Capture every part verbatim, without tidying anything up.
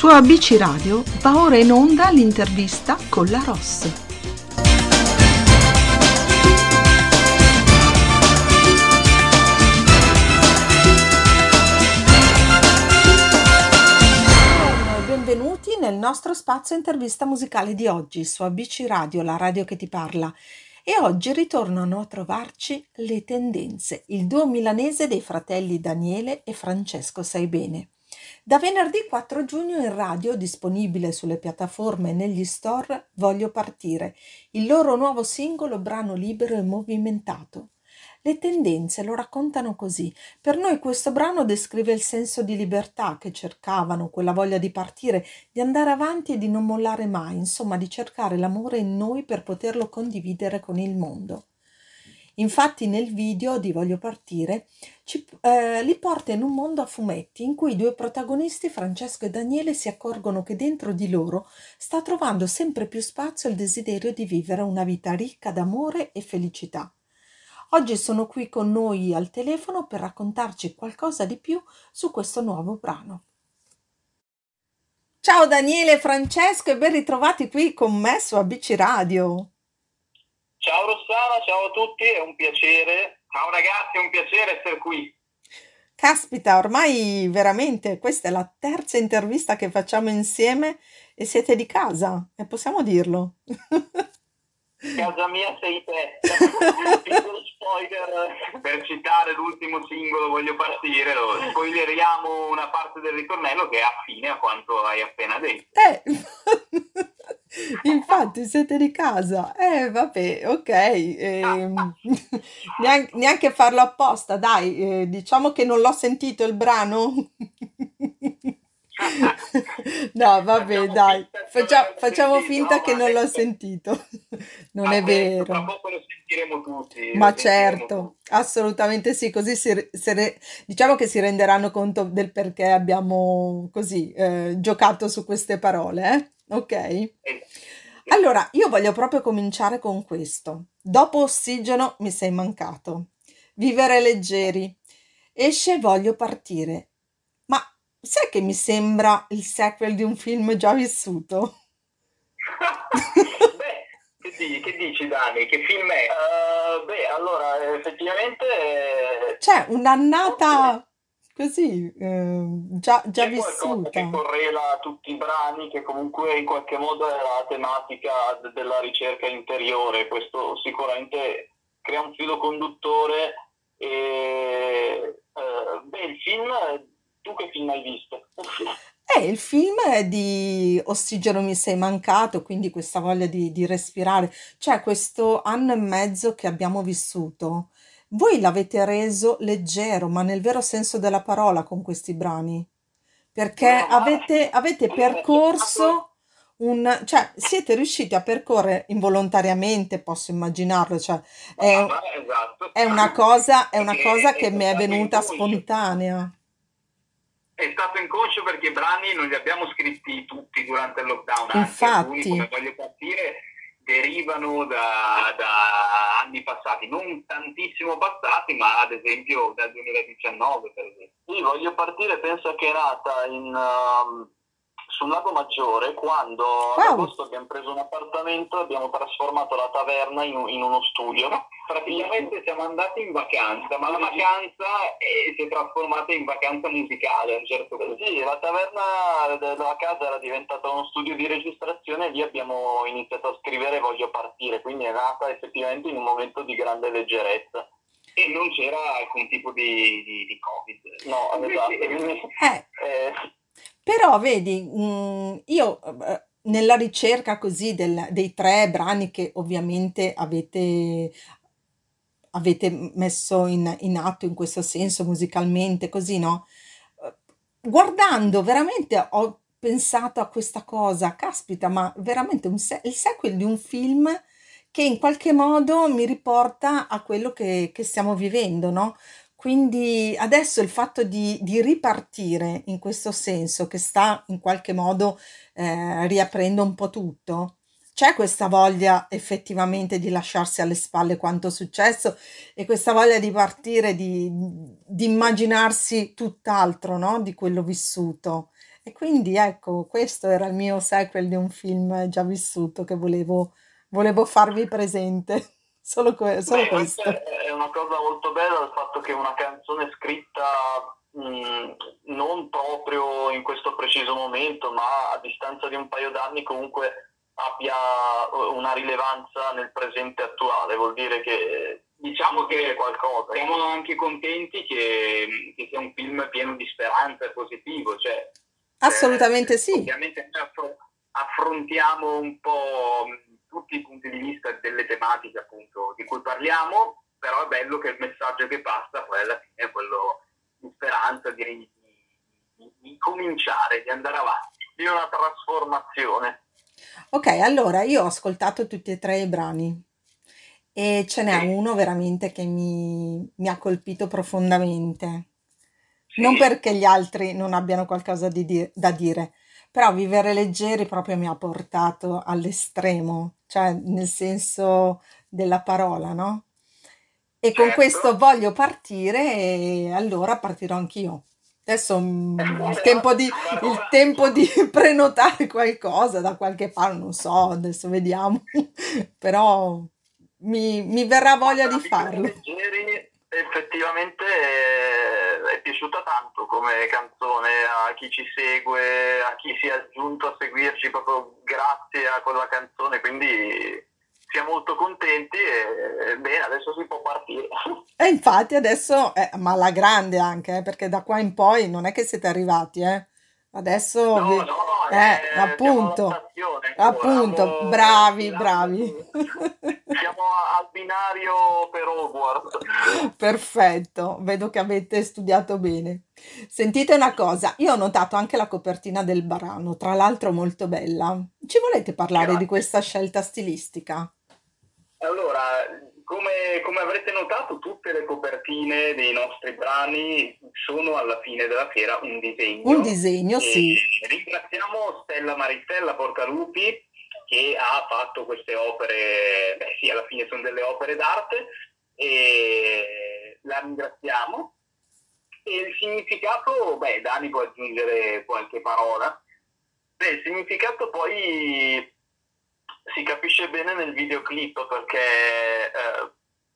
Su A B C Radio va ora in onda l'intervista con la Ross. Buongiorno e benvenuti nel nostro spazio intervista musicale di oggi su A B C Radio, la radio che ti parla. E oggi ritornano a trovarci Le Tendenze, il duo milanese dei fratelli Daniele e Francesco Saibene. Da venerdì quattro giugno in radio, disponibile sulle piattaforme e negli store, Voglio partire, il loro nuovo singolo brano libero e movimentato. Le Tendenze lo raccontano così. Per noi questo brano descrive il senso di libertà che cercavano, quella voglia di partire, di andare avanti e di non mollare mai, insomma di cercare l'amore in noi per poterlo condividere con il mondo. Infatti nel video di Voglio partire ci, eh, li porta in un mondo a fumetti in cui i due protagonisti, Francesco e Daniele, si accorgono che dentro di loro sta trovando sempre più spazio il desiderio di vivere una vita ricca d'amore e felicità. Oggi sono qui con noi al telefono per raccontarci qualcosa di più su questo nuovo brano. Ciao Daniele e Francesco e ben ritrovati qui con me su A B C Radio. Ciao Rossana, ciao a tutti, è un piacere. Ciao ragazzi, è un piacere essere qui. Caspita, ormai veramente questa è la terza intervista che facciamo insieme e siete di casa, e possiamo dirlo. Casa mia sei te. Piccolo spoiler, per citare l'ultimo singolo Voglio partire, lo spoileriamo una parte del ritornello che è affine a quanto hai appena detto. Eh, infatti siete di casa. Eh, vabbè, ok. ehm, neanche, neanche farlo apposta, dai, eh, diciamo che non l'ho sentito il brano. No, vabbè, Facciamo dai, finta di non faccia- averlo facciamo sentito, finta no? che Ma non l'ho adesso, sentito. Non è adesso, tra vero. poco lo sentiremo tutti, Ma lo sentiremo tutti. certo, assolutamente sì, così si, re- si re- diciamo che si renderanno conto del perché abbiamo così eh, giocato su queste parole, eh? Ok? Eh, Allora, io voglio proprio cominciare con questo. Dopo Ossigeno mi sei mancato. Vivere leggeri. Esce Voglio partire. Ma sai che mi sembra il sequel di un film già vissuto? Beh, che dici, che dici Dani? Che film è? Eh, beh, allora, effettivamente, eh, C'è forse un'annata così, eh, già, già c'è qualcosa che vissuta. correla tutti i brani, che comunque in qualche modo è la tematica de- della ricerca interiore. Questo sicuramente crea un filo conduttore. E, eh, beh, il film, tu che film hai visto? Eh, il film è di Ossigeno mi sei mancato, quindi questa voglia di, di respirare, cioè questo anno e mezzo che abbiamo vissuto. Voi l'avete reso leggero, ma nel vero senso della parola con questi brani, perché Meno male. avete, avete Allora, soltanto... percorso un, cioè siete riusciti a percorrere involontariamente, posso immaginarlo, cioè è, Brava, esatto. è una cosa, è una Perché cosa è che mi è stato venuta inconscio. spontanea. È stato inconscio perché i brani non li abbiamo scritti tutti durante il lockdown, anzi alcuni, come Infatti. Voglio partire, derivano da, da anni passati, non tantissimo passati, ma ad esempio dal duemiladiciannove, per esempio. Sì, Voglio partire, penso che è nata in, um, sul Lago Maggiore, quando ad Wow. agosto abbiamo preso un appartamento e abbiamo trasformato la taverna in, un- in uno studio. Praticamente siamo andati in vacanza, ma la vacanza è- si è trasformata in vacanza musicale a un certo punto. Sì, la taverna della casa era diventata uno studio di registrazione e lì abbiamo iniziato a scrivere Voglio partire, quindi è nata effettivamente in un momento di grande leggerezza. E non c'era alcun tipo di, di, di Covid. No, esatto. Quindi, Eh, eh, però vedi, mm, io eh, nella ricerca così del- dei tre brani che ovviamente avete, avete messo in, in atto in questo senso musicalmente, così, no? Eh, Guardando veramente ho pensato a questa cosa, caspita, ma veramente un se- il sequel di un film che in qualche modo mi riporta a quello che, che stiamo vivendo, no? Quindi adesso il fatto di, di ripartire in questo senso, che sta in qualche modo eh, riaprendo un po' tutto, c'è questa voglia effettivamente di lasciarsi alle spalle quanto è successo e questa voglia di partire, di, di immaginarsi tutt'altro, no? Di quello vissuto. E quindi ecco, questo era il mio sequel di un film già vissuto che volevo, volevo farvi presente. Solo, que- solo Beh, questa questo. è una cosa molto bella il fatto che una canzone scritta mh, non proprio in questo preciso momento, ma a distanza di un paio d'anni comunque abbia eh, una rilevanza nel presente attuale. Vuol dire che diciamo che c'è qualcosa. Siamo anche contenti che, che sia un film pieno di speranza e positivo, cioè Assolutamente eh, sì. ovviamente noi affro- affrontiamo un po' mh, tutti i punti di vista delle tematiche appunto di cui parliamo, però è bello che il messaggio che passa poi alla fine è quello di speranza, di, di, di, di cominciare, di andare avanti, di una trasformazione. Ok, allora io ho ascoltato tutti e tre i brani e ce n'è Sì, uno veramente che mi, mi ha colpito profondamente. Non sì, perché gli altri non abbiano qualcosa di di- da dire, però vivere leggeri proprio mi ha portato all'estremo, cioè nel senso della parola, no? E con questo certo. voglio partire e allora partirò anch'io. Adesso mm, il tempo di, il Guarda, tempo di prenotare qualcosa da qualche parte, non so, adesso vediamo, però mi, mi verrà voglia guarda, di Vivere farlo. leggeri effettivamente è, è piaciuta tanto come canzone a chi ci segue, a chi si è aggiunto a seguirci proprio grazie a quella canzone, quindi siamo molto contenti e e bene, adesso si può partire. E infatti adesso, eh, ma alla grande anche, eh, perché da qua in poi non è che siete arrivati, eh. Adesso No, vi... no, Eh, eh, siamo alla appunto, stazione ancora, appunto, siamo bravi, filando bravi. su- siamo al binario per Hogwarts. Perfetto, vedo che avete studiato bene. Sentite una cosa, io ho notato anche la copertina del brano, tra l'altro molto bella. Ci volete parlare di Grazie. questa scelta stilistica? Allora, come, come avrete notato, tutte le copertine dei nostri brani sono alla fine della fiera un Un disegno disegno, e sì. ringraziamo Stella Maristella Portalupi che ha fatto queste opere, beh sì, alla fine sono delle opere d'arte e la ringraziamo. E il significato, beh, Dani può aggiungere qualche parola. Beh, il significato poi si capisce bene nel videoclip perché eh,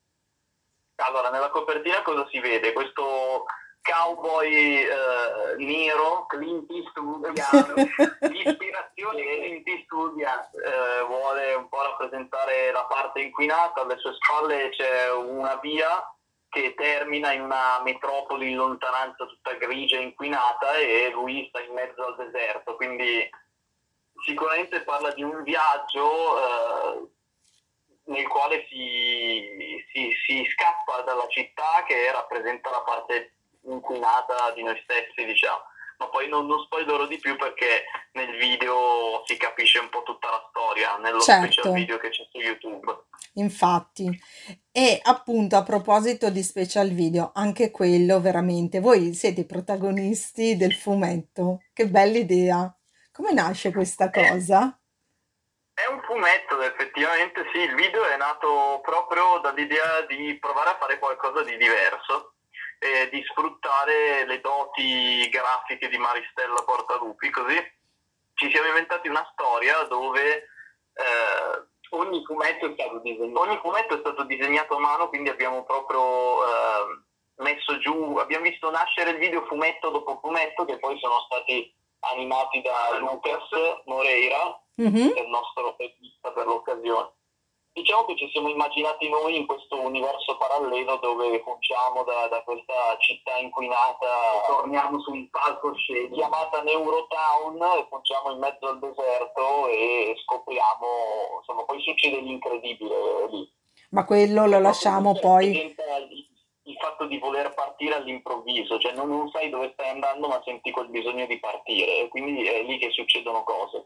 allora nella copertina cosa si vede? Questo cowboy eh, nero, Clint Eastwoodiano, di ispirazione Clint Eastwoodiano, eh, vuole un po' rappresentare la parte inquinata, alle sue spalle c'è una via che termina in una metropoli in lontananza tutta grigia e inquinata e lui sta in mezzo al deserto, quindi sicuramente parla di un viaggio eh, nel quale si, si, si scappa dalla città che rappresenta la parte inquinata di noi stessi, diciamo. Ma poi non, non spoilerò di più perché nel video si capisce un po' tutta la storia, nello special Certo. video che c'è su YouTube. Infatti, e appunto a proposito di special video, anche quello veramente, voi siete i protagonisti del fumetto, che bella idea! Come nasce questa È, cosa? è un fumetto, effettivamente sì, il video è nato proprio dall'idea di provare a fare qualcosa di diverso e di sfruttare le doti grafiche di Maristella Portalupi, così ci siamo inventati una storia dove eh, ogni, fumetto è stato disegnato, ogni fumetto è stato disegnato a mano, quindi abbiamo proprio eh, messo giù, abbiamo visto nascere il video fumetto dopo fumetto che poi sono stati animati da Lucas Moreira, Mhm. che è il nostro regista per l'occasione. Diciamo che ci siamo immaginati noi in questo universo parallelo dove fuggiamo da, da questa città inquinata, torniamo su un palcoscenico chiamata Neurotown e fuggiamo in mezzo al deserto e scopriamo, insomma, poi succede l'incredibile lì. Ma quello lo E proprio lasciamo questo poi. rappresenta il, il fatto di voler partire all'improvviso, cioè non, non sai dove stai andando ma senti quel bisogno di partire e quindi è lì che succedono cose.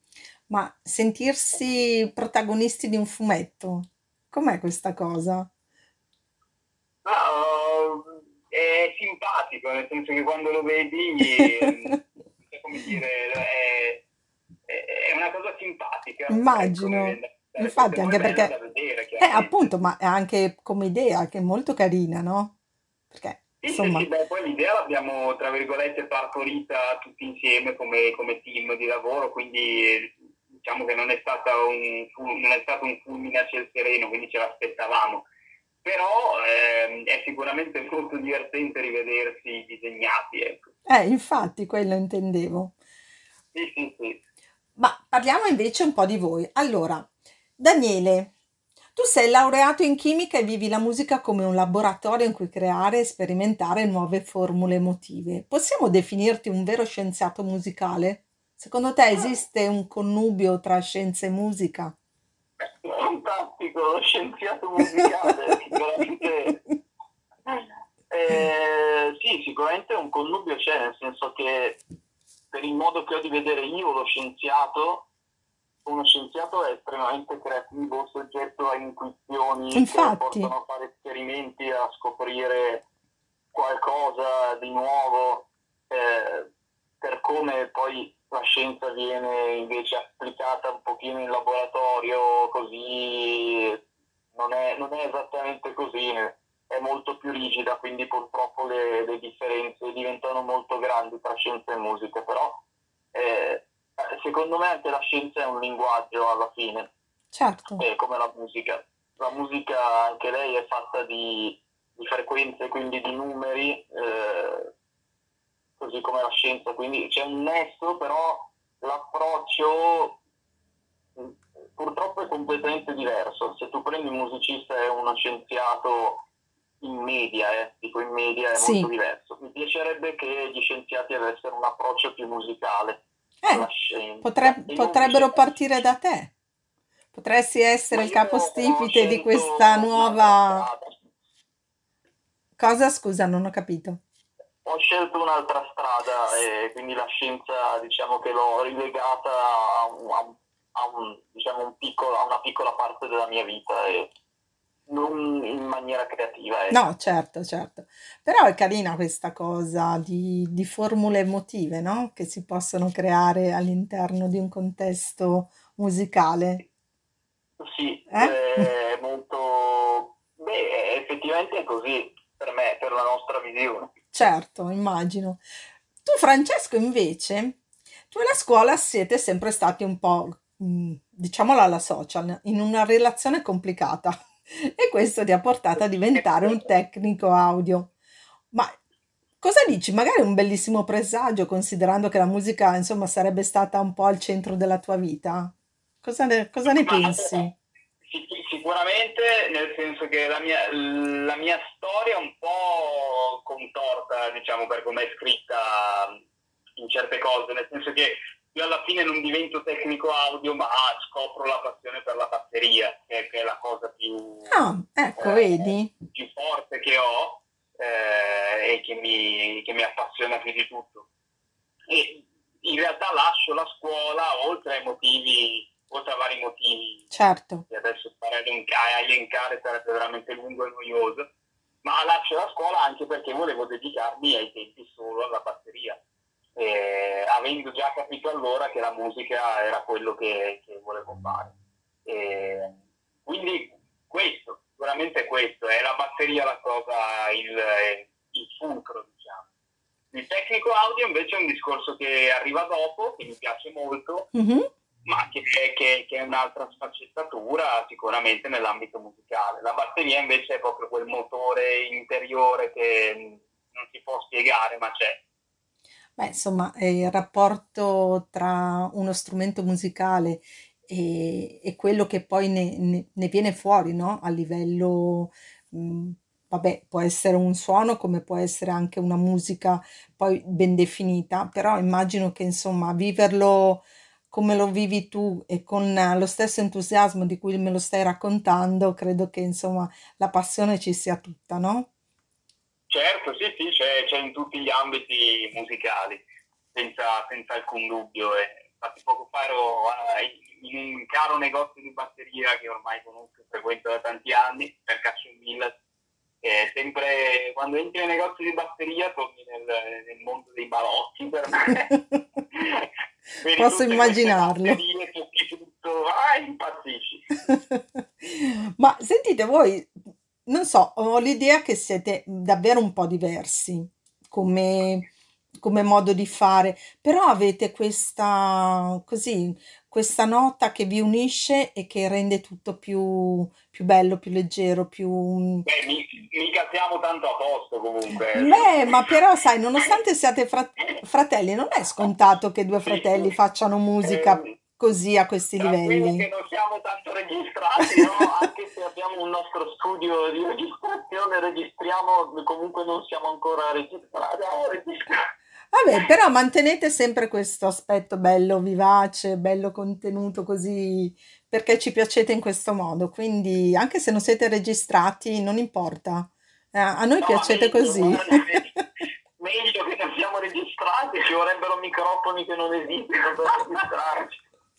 Ma sentirsi protagonisti di un fumetto, com'è questa cosa? Ma, uh, è simpatico, nel senso che quando lo vedi, ehm, non so come dire, è, è- è una cosa simpatica, ecco, mi viene Immagino, da pensare. Questo infatti, è poi anche bello da perché, vedere, eh, chiaramente. appunto, ma è anche come idea che è molto carina, no? Perché Sì, sì, sì, Insomma, beh, poi l'idea l'abbiamo, tra virgolette, partorita tutti insieme come, come team di lavoro, quindi eh, diciamo che non è, stata un, fu- non è stato un fulmine a ciel sereno, quindi ce l'aspettavamo. Però ehm, è sicuramente molto divertente rivedersi disegnati, ecco. eh, infatti, quello intendevo. Sì, sì, sì. Ma parliamo invece un po' di voi. Allora, Daniele, tu sei laureato in chimica e vivi la musica come un laboratorio in cui creare e sperimentare nuove formule emotive. Possiamo definirti un vero scienziato musicale? Secondo te esiste un connubio tra scienza e musica? Fantastico, scienziato musicale, sicuramente. Eh, sì, sicuramente un connubio c'è, nel senso che per il modo che ho di vedere io lo scienziato, uno scienziato è estremamente creativo, soggetto a intuizioni che lo Infatti, portano a fare esperimenti, a scoprire qualcosa di nuovo, eh, per come poi la scienza viene invece applicata un pochino in laboratorio, così non è, non è esattamente così, è molto più rigida, quindi purtroppo le, le differenze diventano molto grandi tra scienza e musica, però eh, secondo me anche la scienza è un linguaggio alla fine, certo. eh, come la musica. La musica anche lei è fatta di, di frequenze, quindi di numeri, eh, così come la scienza, quindi c'è un nesso, però l'approccio mh, purtroppo è completamente diverso. Se tu prendi un musicista e uno scienziato in media, eh, dico in media, è molto Sì. diverso. Mi piacerebbe che gli scienziati avessero un approccio più musicale alla Eh, scienza potre- e non potrebbero partire viceversa. da te. Potresti Ma essere il io ho capostipite di scelto questa un'altra nuova... strada. Cosa? Scusa, non ho capito. Ho scelto un'altra strada e quindi la scienza, diciamo che l'ho rilegata a, un, a un- a un, diciamo, un piccolo- a una piccola parte della mia vita e non in maniera creativa, No, ecco. certo, certo. Però è carina questa cosa di, di formule emotive, no? Che si possono creare all'interno di un contesto musicale. Sì, Eh? è molto... Beh, effettivamente è così per me, per la nostra visione. Certo, immagino. Tu, Francesco, invece, tu e la scuola siete sempre stati un po', mh, diciamola alla social, in una relazione complicata e questo ti ha portato a diventare un tecnico audio. Ma cosa dici? Magari è un bellissimo presagio, considerando che la musica, insomma, sarebbe stata un po' al centro della tua vita. Cosa ne, cosa ne Ma pensi? sic- sicuramente, nel senso che la mia, la mia storia è un po' contorta, diciamo, per come è scritta in certe cose, nel senso che io alla fine non divento tecnico audio, ma scopro la passione per la batteria, che, che è la cosa più, Ah, ecco, eh, vedi? più forte che ho eh, e che mi, che mi appassiona più di tutto. E in realtà lascio la scuola oltre ai motivi, oltre a vari motivi Certo. che adesso stare a elenca- a elencare sarebbe veramente lungo e noioso, ma lascio la scuola anche perché volevo dedicarmi ai tempi solo alla batteria, eh, avendo già capito allora che la musica era quello che, che volevo fare. E quindi questo, sicuramente questo, è la batteria la cosa, il, il fulcro, diciamo. Il tecnico audio invece è un discorso che arriva dopo, che mi piace molto, Mhm. ma che, che- che è un'altra sfaccettatura sicuramente nell'ambito musicale. La batteria invece è proprio quel motore interiore che non si può spiegare, ma c'è. Beh, insomma, è il rapporto tra uno strumento musicale e, e quello che poi ne, ne- ne viene fuori, no? A livello, mh, vabbè, può essere un suono come può essere anche una musica poi ben definita, però immagino che insomma viverlo come lo vivi tu e con eh, lo stesso entusiasmo di cui me lo stai raccontando, credo che insomma la passione ci sia tutta, no? Certo, sì, sì, c'è, c'è in tutti gli ambiti musicali, senza, senza alcun dubbio. E infatti poco fa ero eh, in un caro negozio di batteria che ormai conosco e frequento da tanti anni, per Casio Millet. E sempre quando entri nei negozi di batteria torni nel, nel mondo dei balocchi per me. Vedi Posso tutte queste immaginarlo. batterie, tocchi tutto, ah, impazzisci. Ma sentite voi, non so, ho l'idea che siete davvero un po' diversi come, come modo di fare, però avete questa, così, questa nota che vi unisce e che rende tutto più, più bello, più leggero, più... Beh, mi- mica siamo tanto a posto comunque. Beh, ma però sai, nonostante siate fra- fratelli, non è scontato che due Sì, fratelli facciano musica eh, così a questi tranquillo che livelli. non siamo tanto registrati, no? Anche se abbiamo un nostro studio di registrazione, registriamo, comunque non siamo ancora registrati. Siamo registrati. Vabbè, però mantenete sempre questo aspetto bello, vivace, bello contenuto così, perché ci piacete in questo modo, quindi anche se non siete registrati, non importa. Eh, a noi No, ma piacete meglio, così. guarda, me- meglio che non siamo registrati, ci vorrebbero microfoni che non esistono per registrarci.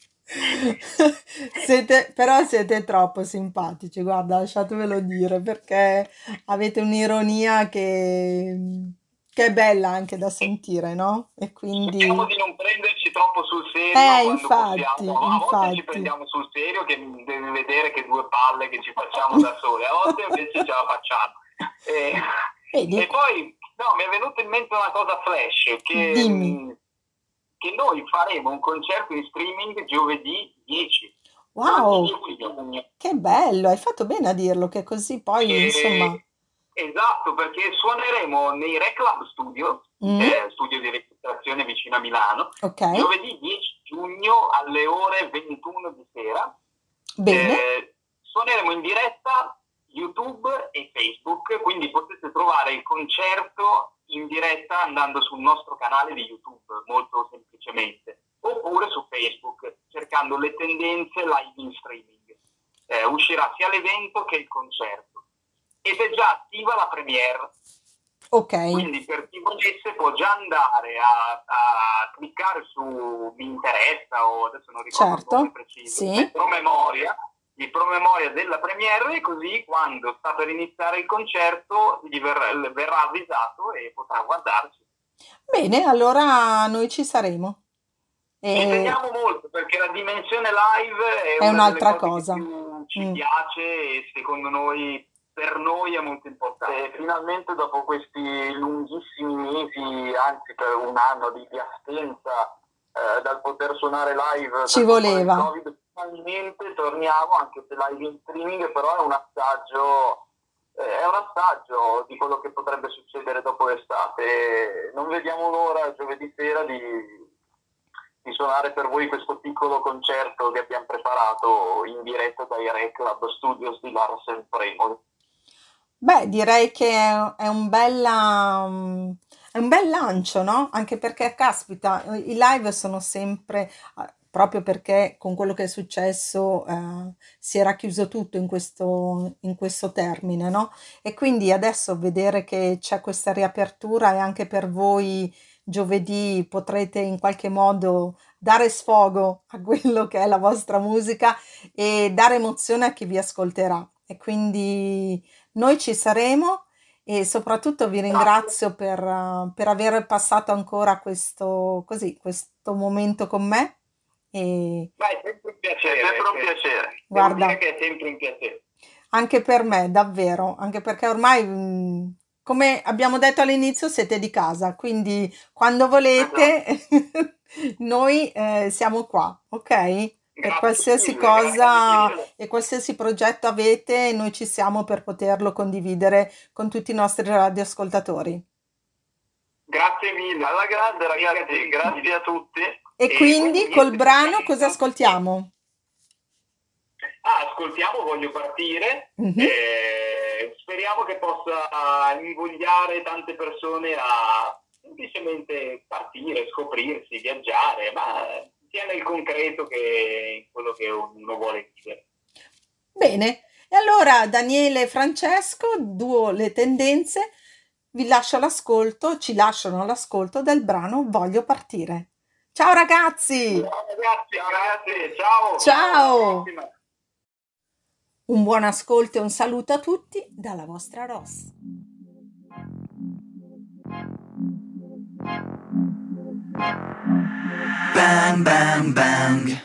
Siete, però siete troppo simpatici, guarda, lasciatemelo dire, perché avete un'ironia che, che è bella anche da sentire, no? E Cerchiamo quindi... di non prenderci troppo sul serio Eh, quando possiamo. infatti, A volte ci infatti. prendiamo sul serio che devi vedere che due palle che ci facciamo da sole, a volte invece ce la facciamo. E, Vedi? e poi, no, mi è venuta in mente una cosa flash, che, Dimmi. mh, che noi faremo un concerto in streaming giovedì dieci. Giovedì Wow, dieci giugno. che bello, hai fatto bene a dirlo, che così poi, insomma... E- esatto, perché suoneremo nei Reclab Studio, Mm? che è studio di registrazione vicino a Milano, Ok, giovedì dieci giugno alle ore ventuno di sera. bene, Eh, suoneremo in diretta YouTube e Facebook, quindi potete trovare il concerto in diretta andando sul nostro canale di YouTube, molto semplicemente, oppure su Facebook, cercando le tendenze live in streaming. Eh, uscirà sia l'evento che il concerto. Ed è già attiva la premiere, ok, quindi per chi volesse può già andare a, a cliccare su mi interessa o adesso non ricordo il nome certo, preciso, il sì. promemoria, il promemoria della premiere, e così quando sta per iniziare il concerto gli verrà, verrà avvisato e potrà guardarci. Bene, allora noi ci saremo. Ci E teniamo molto perché la dimensione live è è una delle un'altra cose che cosa. più ci Mm, piace e secondo noi, per noi è molto importante. E finalmente dopo questi lunghissimi mesi, anzi per un anno di, di assenza eh, dal poter suonare live ci per colpa del voleva. Covid, finalmente torniamo, anche se live in streaming, però è un assaggio, eh, è un assaggio di quello che potrebbe succedere dopo l'estate. Non vediamo l'ora giovedì sera di, di suonare per voi questo piccolo concerto che abbiamo preparato in diretta dai Reclab Studios di Larsen Premoli. Beh, direi che è è un bella, mm, è un bel lancio, no? Anche perché, caspita, i live sono sempre, eh, proprio perché con quello che è successo, eh, si era chiuso tutto in questo, in questo termine, no? E quindi adesso vedere che c'è questa riapertura e anche per voi giovedì potrete in qualche modo dare sfogo a quello che è la vostra musica e dare emozione a chi vi ascolterà. E quindi noi ci saremo e soprattutto vi Grazie. ringrazio per, eh, per aver passato ancora questo, così, questo momento con me. E Beh, è sempre un piacere. È sempre un piacere. Devo dire guarda, che è sempre un piacere. anche per me, davvero, anche perché ormai, mh, come abbiamo detto all'inizio, siete di casa, quindi quando Esatto. volete, noi eh, siamo qua, ok? Per Grazie qualsiasi mille, grazie cosa mille. e qualsiasi progetto avete, noi ci siamo per poterlo condividere con tutti i nostri radioascoltatori. Grazie mille. Alla grande ragazzi, grazie a tutti. E E quindi quindi col niente, brano possiamo... cosa ascoltiamo? Ah, ascoltiamo, voglio partire. Mhm. Eh, speriamo che possa invogliare tante persone a semplicemente partire, scoprirsi, viaggiare, ma sia nel concreto che in quello che uno vuole vivere. Bene, e allora Daniele e Francesco, duo Le Tendenze, vi lascio l'ascolto, ci lasciano l'ascolto del brano Voglio partire. Ciao ragazzi! Ciao ragazzi, ciao ragazzi, ciao, ciao, alla Ciao! prossima. Un buon ascolto e un saluto a tutti dalla vostra Ross. Bang, bang, bang.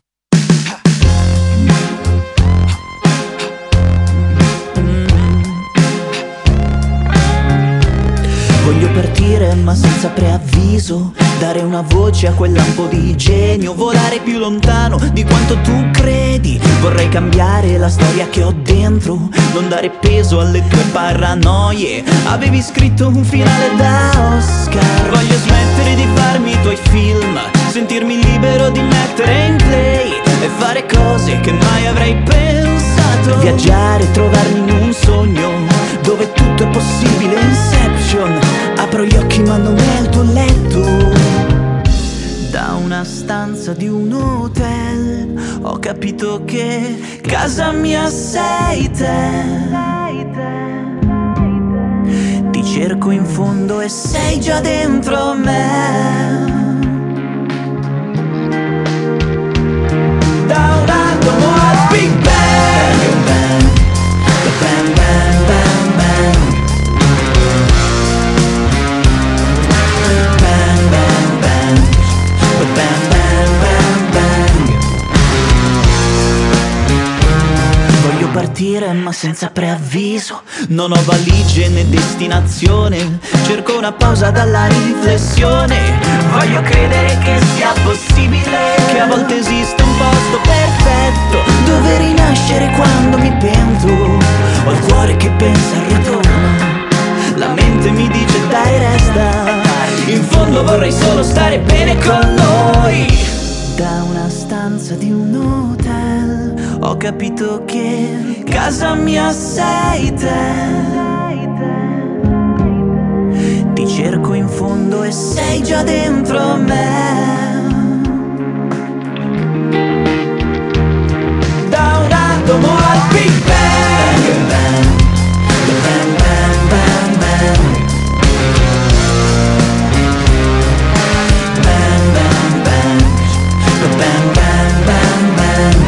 Voglio partire ma senza preavviso, dare una voce a quel lampo di genio, volare più lontano di quanto tu credi. Vorrei cambiare la storia che ho dentro, non dare peso alle tue paranoie. Avevi scritto un finale da Oscar. Voglio smettere di farmi i tuoi film, sentirmi libero di mettere in play e fare cose che mai avrei pensato. Viaggiare, trovarmi in un sogno dove tutto è possibile. Inception, apro gli occhi ma non è il tuo letto. Da una stanza di un hotel ho capito che casa mia sei te. Ti cerco in fondo e sei già dentro me. Da un atomo al Big Bang, bang, bang, bang, bang, bang. Bang, bang, bang, bang, bang, bang, bang. Voglio partire ma senza preavviso, non ho valigie né destinazione, cerco una pausa dalla riflessione. Voglio credere che sia possibile, che a volte esiste un posto perfetto dove rinascere quando mi pento. Ho il cuore che pensa al ritorno, la mente mi dice dai resta, in fondo vorrei solo stare bene con noi. Da una stanza di un hotel ho capito che casa mia sei te. Ti cerco in fondo e sei già dentro me. Da un atomo al Big Bang, bang, bang, bang, bang, bang. Bang, bang, bang, bang, bang, bang, bang.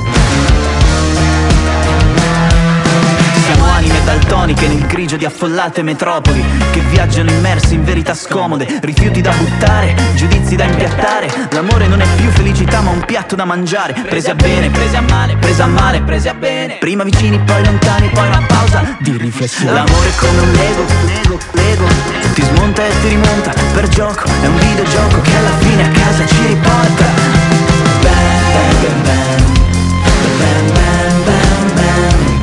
Siamo anime daltoniche nel grigio di affollate metropoli che viaggiano immersi in verità scomode, rifiuti da buttare, giudizi da impiattare. L'amore non è più felicità ma un piatto da mangiare. Presi a bene, presi a male, presi a male, presi a bene. Prima vicini, poi lontani, poi una pausa di riflessione. L'amore è come un Lego, Lego, Lego. Ti smonta e ti rimonta per gioco. È un videogioco che alla fine a casa ci riporta. Bang, bang, bang, bang, bang, bang, bang.